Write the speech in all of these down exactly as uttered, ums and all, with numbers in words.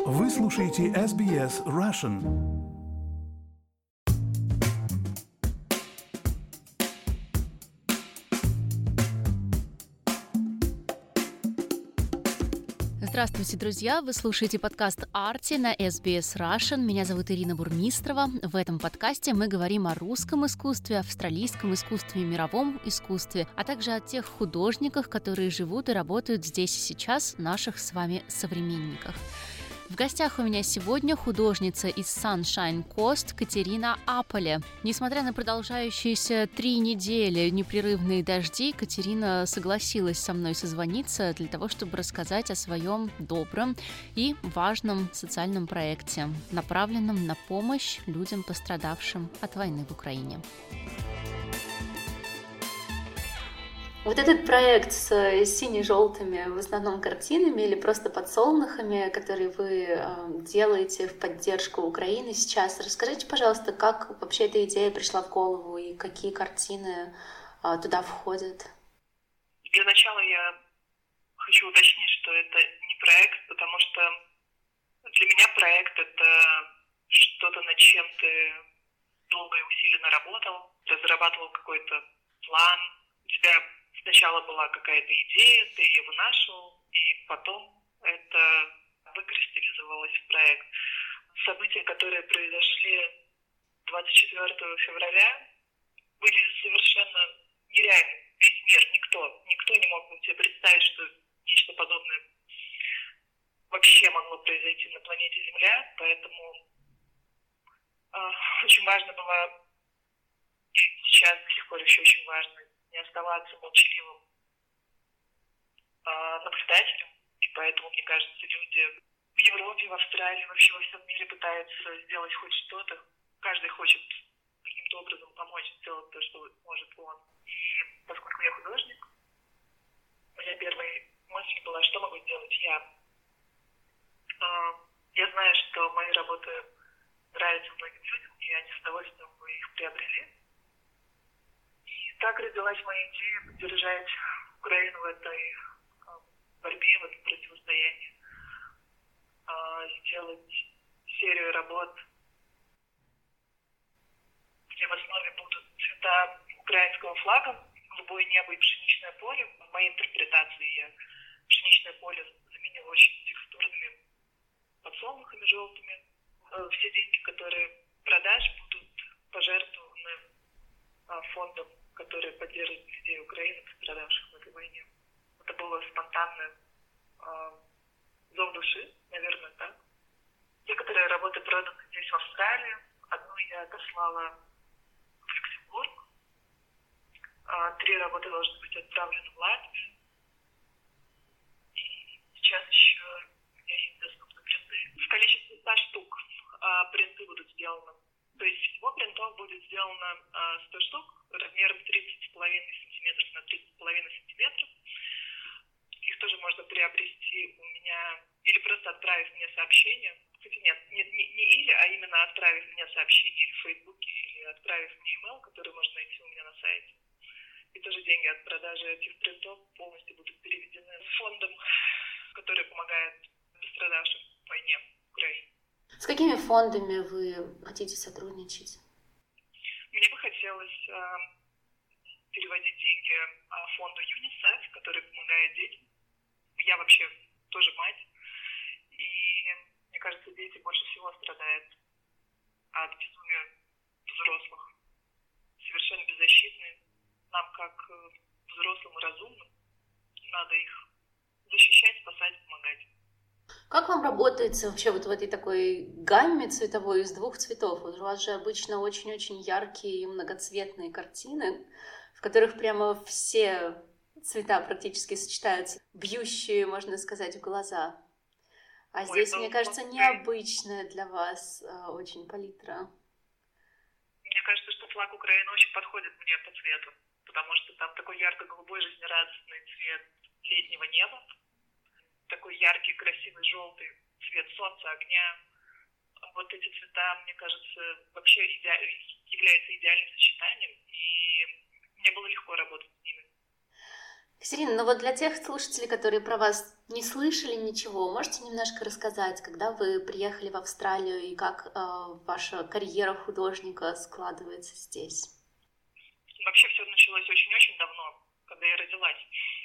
Вы слушаете эс би эс Russian. Здравствуйте, друзья! Вы слушаете подкаст «Арти» на эс би эс Russian. Меня зовут Ирина Бурмистрова. В этом подкасте мы говорим о русском искусстве, австралийском искусстве, мировом искусстве, а также о тех художниках, которые живут и работают здесь и сейчас, наших с вами современниках. В гостях у меня сегодня художница из Sunshine Coast Катерина Аполе. Несмотря на продолжающиеся три недели непрерывные дожди, Катерина согласилась со мной созвониться для того, чтобы рассказать о своем добром и важном социальном проекте, направленном на помощь людям, пострадавшим от войны в Украине. Вот этот проект с сине-желтыми в основном картинами или просто подсолнухами, которые вы э, делаете в поддержку Украины сейчас, расскажите, пожалуйста, как вообще эта идея пришла в голову и какие картины э, туда входят? Для начала я хочу уточнить, что это не проект, потому что для меня проект — это что-то, над чем ты долго и усиленно работал, разрабатывал какой-то план, у тебя сначала была какая-то идея, ты ее вынашивал, и потом это выкристаллизовалось в проект. События, которые произошли двадцать четвёртого февраля, были совершенно нереальны. Весь мир, никто, никто не мог себе представить, что нечто подобное вообще могло произойти на планете Земля, поэтому э, очень важно было, и сейчас до сих пор еще очень важно, не оставаться молчаливым э, наблюдателем, и поэтому, мне кажется, люди в Европе, в Австралии, вообще во всем мире пытаются сделать хоть что-то. Каждый хочет каким-то образом помочь сделать то, что может он. И поскольку я художник, моя первая мысль была, что могу сделать я. Э, я знаю, что мои работы нравятся многим людям, и они с удовольствием бы их приобрели. Так родилась моя идея поддержать Украину в этой борьбе, в этом противостоянии, сделать серию работ, где в основе будут цвета украинского флага, голубое небо и пшеничное поле. В моей интерпретации я пшеничное поле заменила очень текстурными подсолнухами желтыми. Все деньги, которые продашь, будут пожертвованы фондом, которые поддерживают людей Украины, пострадавших в этой войне. Это было спонтанное э, зов души, наверное, так. Некоторые работы проданы здесь, в Австралии. Одну я отослала в Люксембург. Э, три работы должны быть отправлены в Латвию. И сейчас еще у меня есть доступны принты. В количестве ста штук э, принты будут сделаны. То есть всего принтов будет сделано э, сто штук размером тридцать с половиной сантиметров на тридцать с половиной сантиметров. Их тоже можно приобрести у меня, или просто отправив мне сообщение. Кстати, нет, не, не, не или, а именно отправив мне сообщение или в Фейсбуке, или отправив мне имейл, который можно найти у меня на сайте. И тоже деньги от продажи этих принтов полностью будут переведены фондом, который помогает пострадавшим в войне в Украине. С какими фондами вы хотите сотрудничать? Мне бы хотелось э, переводить деньги э, фонду ЮНИСЕФ, который помогает детям. Я вообще тоже мать. И мне кажется, дети больше всего страдают от безумия взрослых. Совершенно беззащитные. Нам, как э, взрослым и разумным, надо их защищать, спасать, помогать. Как вам работается вообще вот в этой такой гамме цветовой из двух цветов? Вот у вас же обычно очень-очень яркие и многоцветные картины, в которых прямо все цвета практически сочетаются, бьющие, можно сказать, в глаза. А Ой, здесь, мне кажется, необычная для вас а, очень палитра. Мне кажется, что флаг Украины очень подходит мне по цвету, потому что там такой ярко-голубой, жизнерадостный цвет летнего неба, такой яркий, красивый, желтый цвет солнца, огня. Вот эти цвета, мне кажется, вообще иде... являются идеальным сочетанием, и мне было легко работать с ними. Катерина, ну вот для тех слушателей, которые про вас не слышали ничего, можете немножко рассказать, когда вы приехали в Австралию и как э, ваша карьера художника складывается здесь? Вообще все началось очень-очень давно, когда я родилась.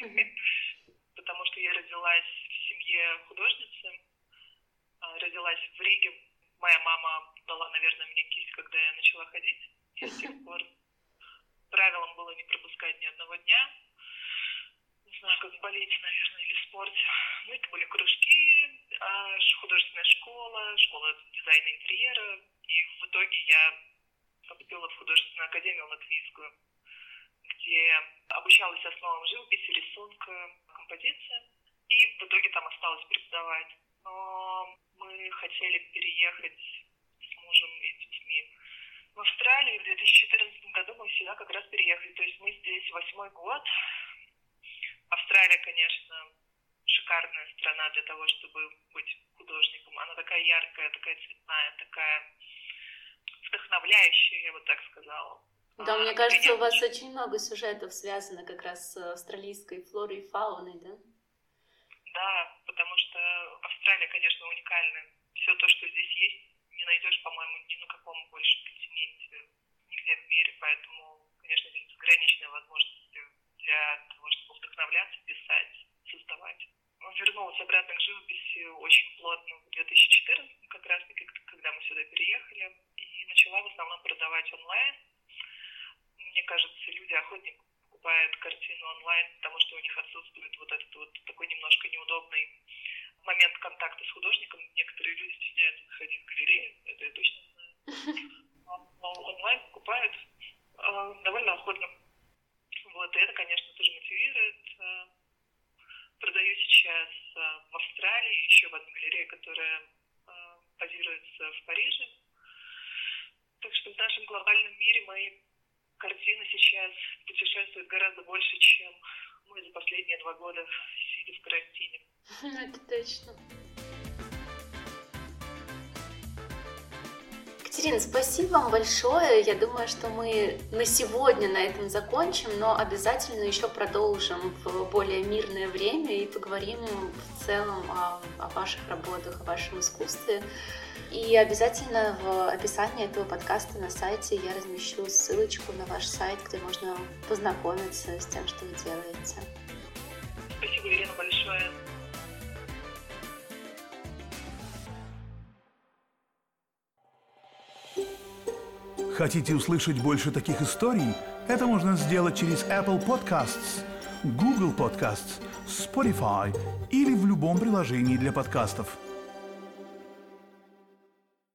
Потому что я родилась в семье художницы, родилась в Риге. Моя мама дала, наверное, мне кисть, когда я начала ходить. И с тех пор правилом было не пропускать ни одного дня. Не знаю, как в балете, наверное, или в спорте. Ну, это были кружки, художественная школа, школа дизайна интерьера. И в итоге я поступила в художественную академию латвийскую, где обучалась основам живописи, рисунка, композиции. И в итоге там осталось преподавать. Но мы хотели переехать с мужем и с детьми в Австралию. В две тысячи четырнадцатом году мы сюда как раз переехали. То есть мы здесь восьмой год. Австралия, конечно, шикарная страна для того, чтобы быть художником. Она такая яркая, такая цветная, такая вдохновляющая, я бы так сказала. Да, мне кажется, у вас очень много сюжетов связано как раз с австралийской флорой и фауной, да? Да, потому что Австралия, конечно, уникальная. Все то, что здесь есть, не найдешь, по-моему, ни на каком больше континенте, нигде в мире. Поэтому, конечно, здесь бесконечные возможности для того, чтобы вдохновляться, писать, создавать. Вернулась обратно к живописи очень плотно в две тысячи четырнадцатом, как раз-таки, когда мы сюда переехали, и начала в основном продавать онлайн. Мне кажется, люди охотнее покупают картину онлайн, потому что у них отсутствует вот этот вот такой немножко неудобный момент контакта с художником. Некоторые люди стесняются заходить в галерею, это я точно знаю. Но онлайн покупают э, довольно охотно. Вот, и это, конечно, тоже мотивирует. Продаю сейчас в Австралии, еще в одной галерее, которая базируется в Париже. Так что в нашем глобальном мире мои картины сейчас путешествуют гораздо больше, чем мы за последние два года сидя в карантине. Это точно. Катерина, спасибо вам большое. Я думаю, что мы на сегодня на этом закончим, но обязательно еще продолжим в более мирное время и поговорим в целом о, о ваших работах, о вашем искусстве. И обязательно в описании этого подкаста на сайте я размещу ссылочку на ваш сайт, где можно познакомиться с тем, что вы делаете. Спасибо, Ирина, большое. Хотите услышать больше таких историй? Это можно сделать через Apple Podcasts, Google Podcasts, Spotify или в любом приложении для подкастов.